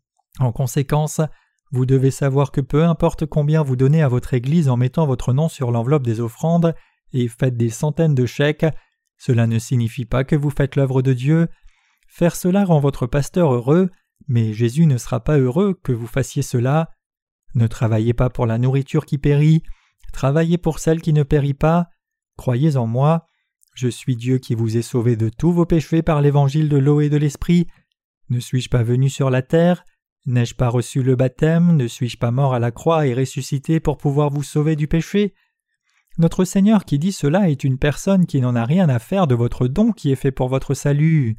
En conséquence, vous devez savoir que peu importe combien vous donnez à votre Église en mettant votre nom sur l'enveloppe des offrandes et faites des centaines de chèques, cela ne signifie pas que vous faites l'œuvre de Dieu. Faire cela rend votre pasteur heureux, mais Jésus ne sera pas heureux que vous fassiez cela. Ne travaillez pas pour la nourriture qui périt, travaillez pour celle qui ne périt pas. Croyez en moi. Je suis Dieu qui vous ai sauvé de tous vos péchés par l'évangile de l'eau et de l'esprit. Ne suis-je pas venu sur la terre? N'ai-je pas reçu le baptême? Ne suis-je pas mort à la croix et ressuscité pour pouvoir vous sauver du péché? Notre Seigneur qui dit cela est une personne qui n'en a rien à faire de votre don qui est fait pour votre salut.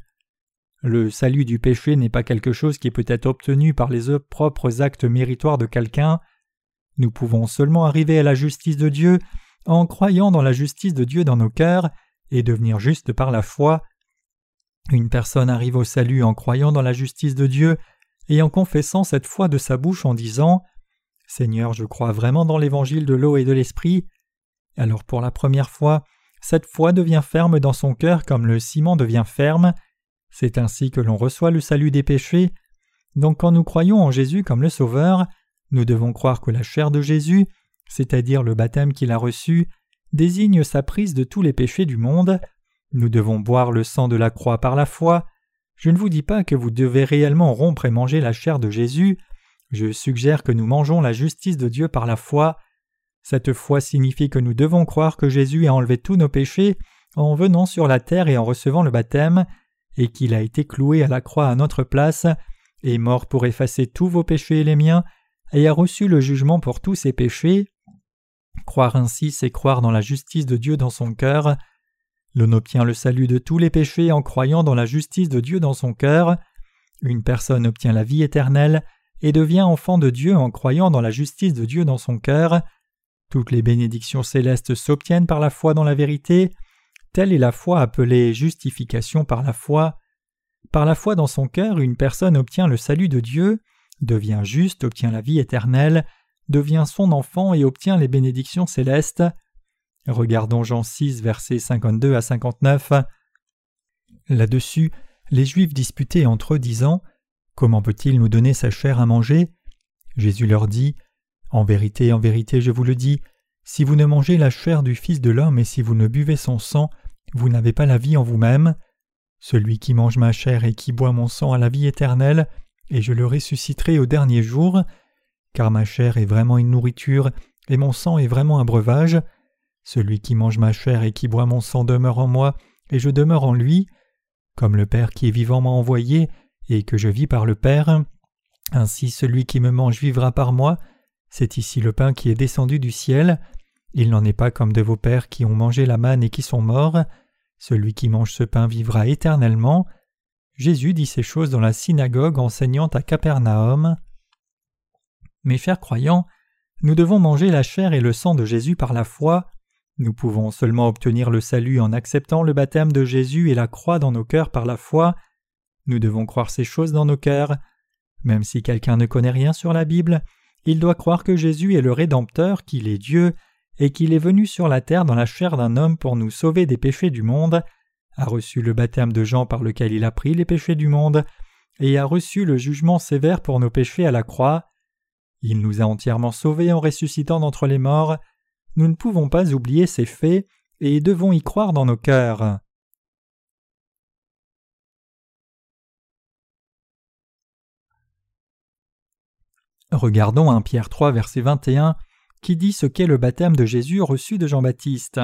Le salut du péché n'est pas quelque chose qui peut être obtenu par les propres actes méritoires de quelqu'un. Nous pouvons seulement arriver à la justice de Dieu en croyant dans la justice de Dieu dans nos cœurs et devenir juste par la foi. Une personne arrive au salut en croyant dans la justice de Dieu et en confessant cette foi de sa bouche en disant « Seigneur, je crois vraiment dans l'évangile de l'eau et de l'esprit ». Alors pour la première fois, cette foi devient ferme dans son cœur comme le ciment devient ferme. C'est ainsi que l'on reçoit le salut des péchés. Donc quand nous croyons en Jésus comme le Sauveur, nous devons croire que la chair de Jésus, c'est-à-dire le baptême qu'il a reçu, désigne sa prise de tous les péchés du monde. Nous devons boire le sang de la croix par la foi. Je ne vous dis pas que vous devez réellement rompre et manger la chair de Jésus. Je suggère que nous mangeons la justice de Dieu par la foi. Cette foi signifie que nous devons croire que Jésus a enlevé tous nos péchés en venant sur la terre et en recevant le baptême, et qu'il a été cloué à la croix à notre place, est mort pour effacer tous vos péchés et les miens, et a reçu le jugement pour tous ses péchés. Croire ainsi, c'est croire dans la justice de Dieu dans son cœur. L'on obtient le salut de tous les péchés en croyant dans la justice de Dieu dans son cœur. Une personne obtient la vie éternelle et devient enfant de Dieu en croyant dans la justice de Dieu dans son cœur. Toutes les bénédictions célestes s'obtiennent par la foi dans la vérité. Telle est la foi appelée justification par la foi. Par la foi dans son cœur, une personne obtient le salut de Dieu, devient juste, obtient la vie éternelle, devient son enfant et obtient les bénédictions célestes. Regardons Jean six, versets cinquante-deux à cinquante-neuf. Là-dessus, les Juifs disputaient entre eux, disant « Comment peut-il nous donner sa chair à manger ?» Jésus leur dit « En vérité, en vérité, je vous le dis, si vous ne mangez la chair du Fils de l'homme et si vous ne buvez son sang, vous n'avez pas la vie en vous-même. Celui qui mange ma chair et qui boit mon sang a la vie éternelle, et je le ressusciterai au dernier jour, car ma chair est vraiment une nourriture, et mon sang est vraiment un breuvage. Celui qui mange ma chair et qui boit mon sang demeure en moi, et je demeure en lui. Comme le Père qui est vivant m'a envoyé, et que je vis par le Père, ainsi celui qui me mange vivra par moi. C'est ici le pain qui est descendu du ciel. Il n'en est pas comme de vos pères qui ont mangé la manne et qui sont morts. Celui qui mange ce pain vivra éternellement. » Jésus dit ces choses dans la synagogue enseignant à Capernaum. Mes chers croyants, nous devons manger la chair et le sang de Jésus par la foi. Nous pouvons seulement obtenir le salut en acceptant le baptême de Jésus et la croix dans nos cœurs par la foi. Nous devons croire ces choses dans nos cœurs. Même si quelqu'un ne connaît rien sur la Bible, il doit croire que Jésus est le Rédempteur, qu'il est Dieu, et qu'il est venu sur la terre dans la chair d'un homme pour nous sauver des péchés du monde, a reçu le baptême de Jean par lequel il a pris les péchés du monde, et a reçu le jugement sévère pour nos péchés à la croix. Il nous a entièrement sauvés en ressuscitant d'entre les morts. Nous ne pouvons pas oublier ces faits et devons y croire dans nos cœurs. Regardons un Pierre trois, verset vingt et un, qui dit ce qu'est le baptême de Jésus reçu de Jean-Baptiste.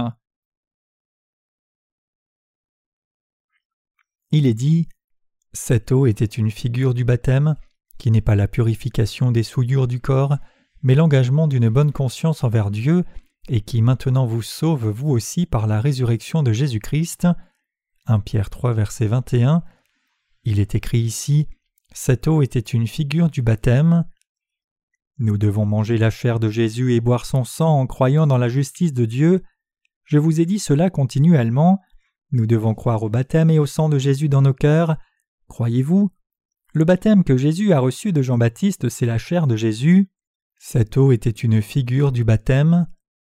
Il est dit « Cette eau était une figure du baptême, qui n'est pas la purification des souillures du corps, mais l'engagement d'une bonne conscience envers Dieu, et qui maintenant vous sauve vous aussi par la résurrection de Jésus-Christ. » un Pierre trois, verset vingt et un. Il est écrit ici « Cette eau était une figure du baptême ». Nous devons manger la chair de Jésus et boire son sang en croyant dans la justice de Dieu. Je vous ai dit cela continuellement. Nous devons croire au baptême et au sang de Jésus dans nos cœurs. Croyez-vous? Le baptême que Jésus a reçu de Jean-Baptiste, c'est la chair de Jésus. Cette eau était une figure du baptême.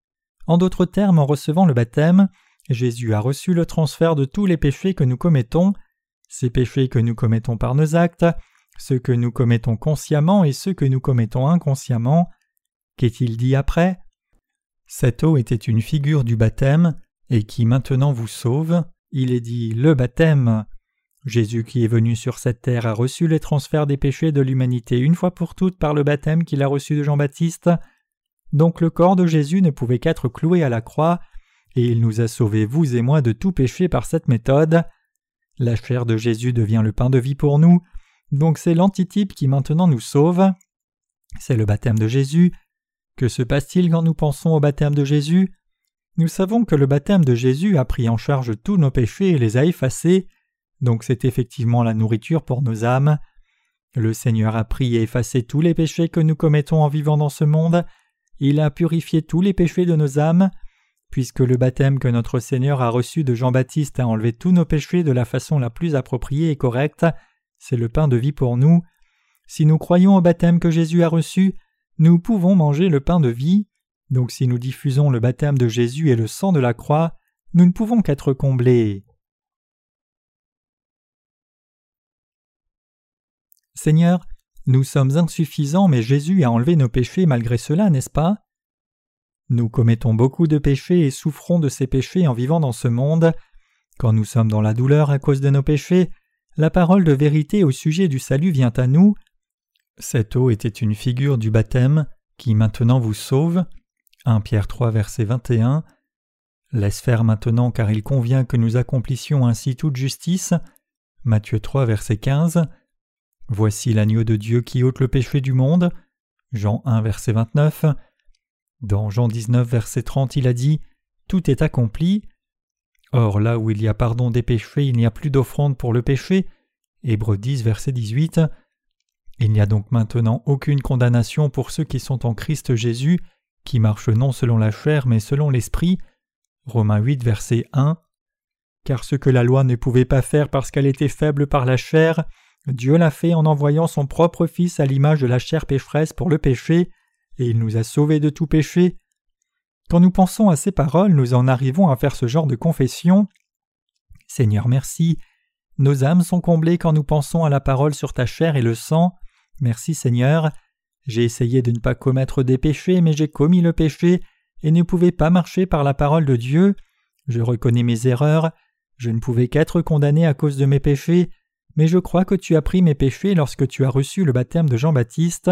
En d'autres termes, en recevant le baptême, Jésus a reçu le transfert de tous les péchés que nous commettons, ces péchés que nous commettons par nos actes, ceux que nous commettons consciemment et ceux que nous commettons inconsciemment. Qu'est-il dit après? Cette eau était une figure du baptême, et qui maintenant vous sauve. Il est dit le baptême. Jésus qui est venu sur cette terre a reçu les transferts des péchés de l'humanité une fois pour toutes par le baptême qu'il a reçu de Jean-Baptiste. Donc le corps de Jésus ne pouvait qu'être cloué à la croix, et il nous a sauvés, vous et moi, de tout péché par cette méthode. La chair de Jésus devient le pain de vie pour nous, donc c'est l'antitype qui maintenant nous sauve. C'est le baptême de Jésus. Que se passe-t-il quand nous pensons au baptême de Jésus? Nous savons que le baptême de Jésus a pris en charge tous nos péchés et les a effacés, donc c'est effectivement la nourriture pour nos âmes. Le Seigneur a pris et effacé tous les péchés que nous commettons en vivant dans ce monde. Il a purifié tous les péchés de nos âmes. Puisque le baptême que notre Seigneur a reçu de Jean-Baptiste a enlevé tous nos péchés de la façon la plus appropriée et correcte, c'est le pain de vie pour nous. Si nous croyons au baptême que Jésus a reçu, nous pouvons manger le pain de vie. Donc si nous diffusons le baptême de Jésus et le sang de la croix, nous ne pouvons qu'être comblés. Seigneur, nous sommes insuffisants, mais Jésus a enlevé nos péchés malgré cela, n'est-ce pas? Nous commettons beaucoup de péchés et souffrons de ces péchés en vivant dans ce monde. Quand nous sommes dans la douleur à cause de nos péchés, la parole de vérité au sujet du salut vient à nous. Cette eau était une figure du baptême qui maintenant vous sauve. un Pierre trois, verset vingt et un. Laisse faire maintenant car il convient que nous accomplissions ainsi toute justice. Matthieu trois, verset quinze. Voici l'agneau de Dieu qui ôte le péché du monde. Jean un, verset vingt-neuf. Dans Jean dix-neuf, verset trente, il a dit « Tout est accompli ». Or, là où il y a pardon des péchés, il n'y a plus d'offrande pour le péché. Hébreux dix, verset dix-huit. Il n'y a donc maintenant aucune condamnation pour ceux qui sont en Christ Jésus, qui marchent non selon la chair, mais selon l'Esprit. Romains huit, verset un. Car ce que la loi ne pouvait pas faire parce qu'elle était faible par la chair, Dieu l'a fait en envoyant son propre Fils à l'image de la chair pécheresse pour le péché, et il nous a sauvés de tout péché. Quand nous pensons à ces paroles, nous en arrivons à faire ce genre de confession. Seigneur, merci. Nos âmes sont comblées quand nous pensons à la parole sur ta chair et le sang. Merci Seigneur. J'ai essayé de ne pas commettre des péchés, mais j'ai commis le péché et ne pouvais pas marcher par la parole de Dieu. Je reconnais mes erreurs. Je ne pouvais qu'être condamné à cause de mes péchés, mais je crois que tu as pris mes péchés lorsque tu as reçu le baptême de Jean-Baptiste.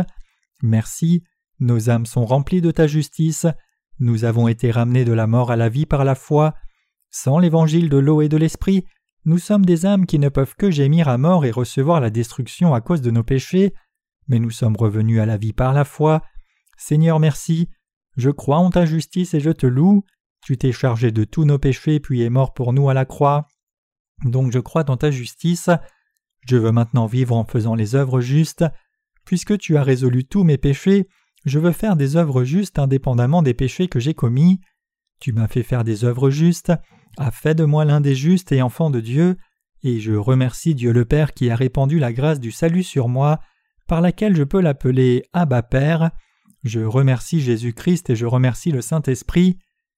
Merci. Nos âmes sont remplies de ta justice. Nous avons été ramenés de la mort à la vie par la foi. Sans l'évangile de l'eau et de l'esprit, nous sommes des âmes qui ne peuvent que gémir à mort et recevoir la destruction à cause de nos péchés, mais nous sommes revenus à la vie par la foi. Seigneur, merci. Je crois en ta justice et je te loue. Tu t'es chargé de tous nos péchés puis es mort pour nous à la croix. Donc je crois dans ta justice. Je veux maintenant vivre en faisant les œuvres justes. Puisque tu as résolu tous mes péchés, je veux faire des œuvres justes indépendamment des péchés que j'ai commis. Tu m'as fait faire des œuvres justes, as fait de moi l'un des justes et enfant de Dieu, et je remercie Dieu le Père qui a répandu la grâce du salut sur moi, par laquelle je peux l'appeler Abba Père. Je remercie Jésus-Christ et je remercie le Saint-Esprit.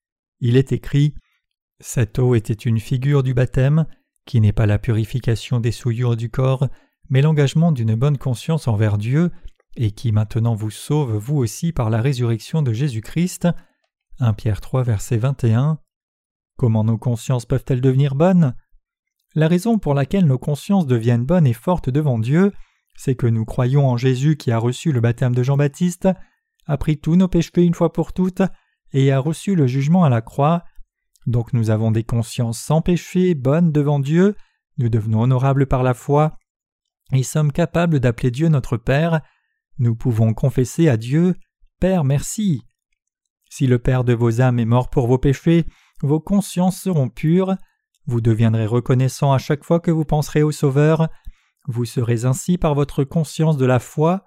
Il est écrit « Cette eau était une figure du baptême, qui n'est pas la purification des souillures du corps, mais l'engagement d'une bonne conscience envers Dieu, et qui maintenant vous sauve vous aussi par la résurrection de Jésus-Christ. premier Pierre trois, verset vingt et un. Comment nos consciences peuvent-elles devenir bonnes ? La raison pour laquelle nos consciences deviennent bonnes et fortes devant Dieu, c'est que nous croyons en Jésus qui a reçu le baptême de Jean-Baptiste, a pris tous nos péchés une fois pour toutes, et a reçu le jugement à la croix. Donc nous avons des consciences sans péché, bonnes devant Dieu, nous devenons honorables par la foi, et sommes capables d'appeler Dieu notre Père. Nous pouvons confesser à Dieu « Père, merci ». Si le Père de vos âmes est mort pour vos péchés, vos consciences seront pures, vous deviendrez reconnaissant à chaque fois que vous penserez au Sauveur, vous serez ainsi par votre conscience de la foi.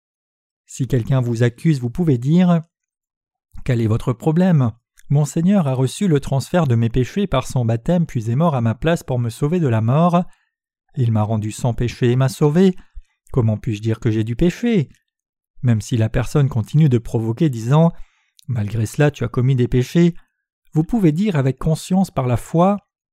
Si quelqu'un vous accuse, vous pouvez dire « Quel est votre problème ? Mon Seigneur a reçu le transfert de mes péchés par son baptême puis est mort à ma place pour me sauver de la mort. Il m'a rendu sans péché et m'a sauvé. Comment puis-je dire que j'ai du péché ? » Même si la personne continue de provoquer disant « Malgré cela, tu as commis des péchés », vous pouvez dire avec conscience par la foi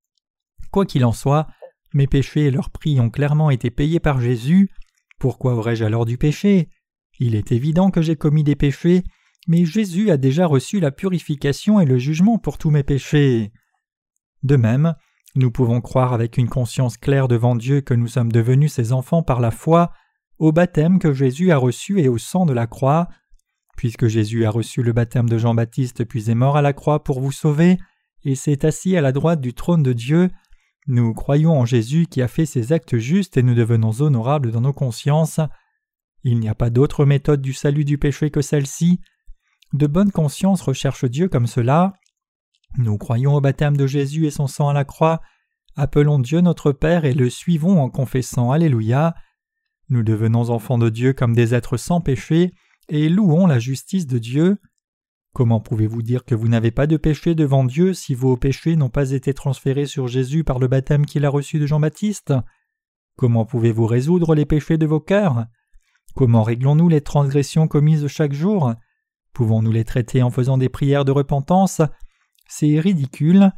« Quoi qu'il en soit, mes péchés et leur prix ont clairement été payés par Jésus. Pourquoi aurais-je alors du péché ? Il est évident que j'ai commis des péchés, mais Jésus a déjà reçu la purification et le jugement pour tous mes péchés. » De même, nous pouvons croire avec une conscience claire devant Dieu que nous sommes devenus ses enfants par la foi, au baptême que Jésus a reçu et au sang de la croix. Puisque Jésus a reçu le baptême de Jean-Baptiste puis est mort à la croix pour vous sauver, et s'est assis à la droite du trône de Dieu, nous croyons en Jésus qui a fait ses actes justes et nous devenons honorables dans nos consciences. Il n'y a pas d'autre méthode du salut du péché que celle-ci. De bonne conscience recherche Dieu comme cela. Nous croyons au baptême de Jésus et son sang à la croix, appelons Dieu notre Père et le suivons en confessant Alléluia. Nous devenons enfants de Dieu comme des êtres sans péché et louons la justice de Dieu. Comment pouvez-vous dire que vous n'avez pas de péché devant Dieu si vos péchés n'ont pas été transférés sur Jésus par le baptême qu'il a reçu de Jean-Baptiste ? Comment pouvez-vous résoudre les péchés de vos cœurs ? Comment réglons-nous les transgressions commises chaque jour ? Pouvons-nous les traiter en faisant des prières de repentance ? C'est ridicule.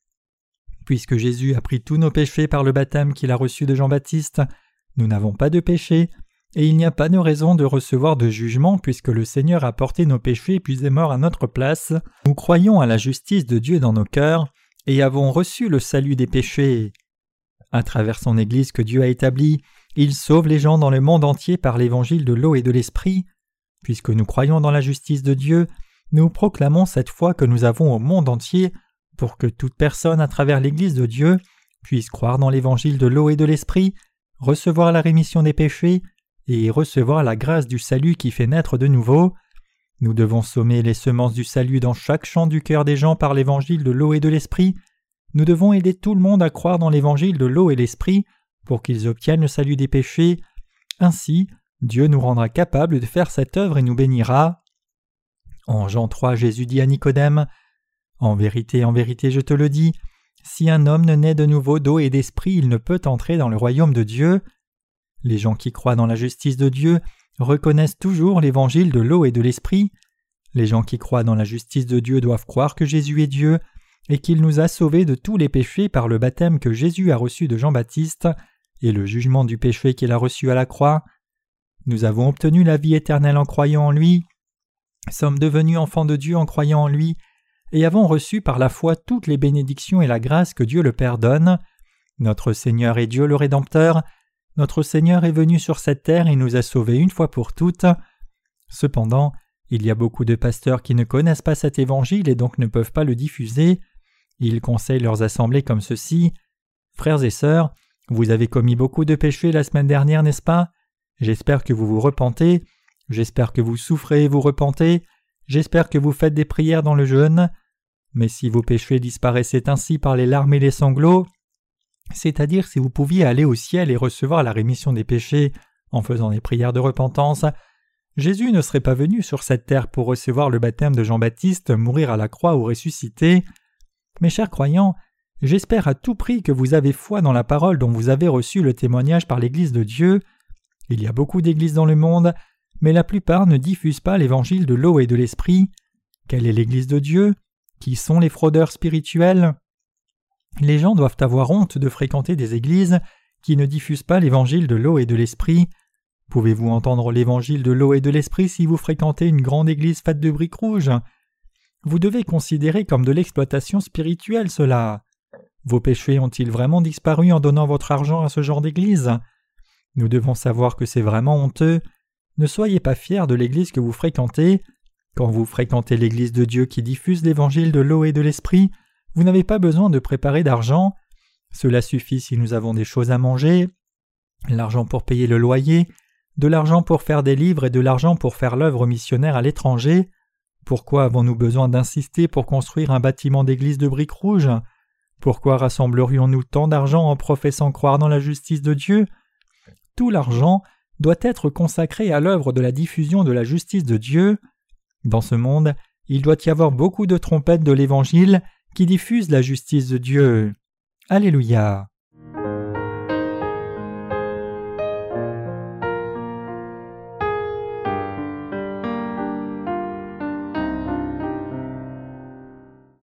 Puisque Jésus a pris tous nos péchés par le baptême qu'il a reçu de Jean-Baptiste, nous n'avons pas de péché, et il n'y a pas de raison de recevoir de jugement puisque le Seigneur a porté nos péchés puis est mort à notre place. Nous croyons à la justice de Dieu dans nos cœurs et avons reçu le salut des péchés. À travers son Église que Dieu a établie, il sauve les gens dans le monde entier par l'évangile de l'eau et de l'esprit. Puisque nous croyons dans la justice de Dieu, nous proclamons cette foi que nous avons au monde entier pour que toute personne à travers l'Église de Dieu puisse croire dans l'évangile de l'eau et de l'esprit, recevoir la rémission des péchés et recevoir la grâce du salut qui fait naître de nouveau. Nous devons semer les semences du salut dans chaque champ du cœur des gens par l'évangile de l'eau et de l'esprit. Nous devons aider tout le monde à croire dans l'évangile de l'eau et l'esprit pour qu'ils obtiennent le salut des péchés. Ainsi, Dieu nous rendra capables de faire cette œuvre et nous bénira. En Jean trois, Jésus dit à Nicodème « En vérité, en vérité, je te le dis, si un homme ne naît de nouveau d'eau et d'esprit, il ne peut entrer dans le royaume de Dieu. » Les gens qui croient dans la justice de Dieu reconnaissent toujours l'évangile de l'eau et de l'esprit. Les gens qui croient dans la justice de Dieu doivent croire que Jésus est Dieu et qu'il nous a sauvés de tous les péchés par le baptême que Jésus a reçu de Jean-Baptiste et le jugement du péché qu'il a reçu à la croix. Nous avons obtenu la vie éternelle en croyant en lui, sommes devenus enfants de Dieu en croyant en lui et avons reçu par la foi toutes les bénédictions et la grâce que Dieu le Père donne. Notre Seigneur est Dieu le Rédempteur. Notre Seigneur est venu sur cette terre et nous a sauvés une fois pour toutes. Cependant, il y a beaucoup de pasteurs qui ne connaissent pas cet évangile et donc ne peuvent pas le diffuser. Ils conseillent leurs assemblées comme ceci. « Frères et sœurs, vous avez commis beaucoup de péchés la semaine dernière, n'est-ce pas ? J'espère que vous vous repentez. J'espère que vous souffrez et vous repentez. J'espère que vous faites des prières dans le jeûne. Mais si vos péchés disparaissaient ainsi par les larmes et les sanglots, c'est-à-dire si vous pouviez aller au ciel et recevoir la rémission des péchés en faisant des prières de repentance, Jésus ne serait pas venu sur cette terre pour recevoir le baptême de Jean-Baptiste, mourir à la croix ou ressusciter. Mes chers croyants, j'espère à tout prix que vous avez foi dans la parole dont vous avez reçu le témoignage par l'Église de Dieu. Il y a beaucoup d'églises dans le monde, mais la plupart ne diffusent pas l'évangile de l'eau et de l'esprit. Quelle est l'Église de Dieu ? Qui sont les fraudeurs spirituels ? Les gens doivent avoir honte de fréquenter des églises qui ne diffusent pas l'évangile de l'eau et de l'esprit. Pouvez-vous entendre l'évangile de l'eau et de l'esprit si vous fréquentez une grande église faite de briques rouges? Vous devez considérer comme de l'exploitation spirituelle cela. Vos péchés ont-ils vraiment disparu en donnant votre argent à ce genre d'église? Nous devons savoir que c'est vraiment honteux. Ne soyez pas fiers de l'église que vous fréquentez. Quand vous fréquentez l'église de Dieu qui diffuse l'évangile de l'eau et de l'esprit, vous n'avez pas besoin de préparer d'argent. Cela suffit si nous avons des choses à manger, l'argent pour payer le loyer, de l'argent pour faire des livres et de l'argent pour faire l'œuvre missionnaire à l'étranger. Pourquoi avons-nous besoin d'insister pour construire un bâtiment d'église de briques rouges? Pourquoi rassemblerions-nous tant d'argent en professant croire dans la justice de Dieu? Tout l'argent doit être consacré à l'œuvre de la diffusion de la justice de Dieu. Dans ce monde, il doit y avoir beaucoup de trompettes de l'Évangile qui diffusent la justice de Dieu. Alléluia.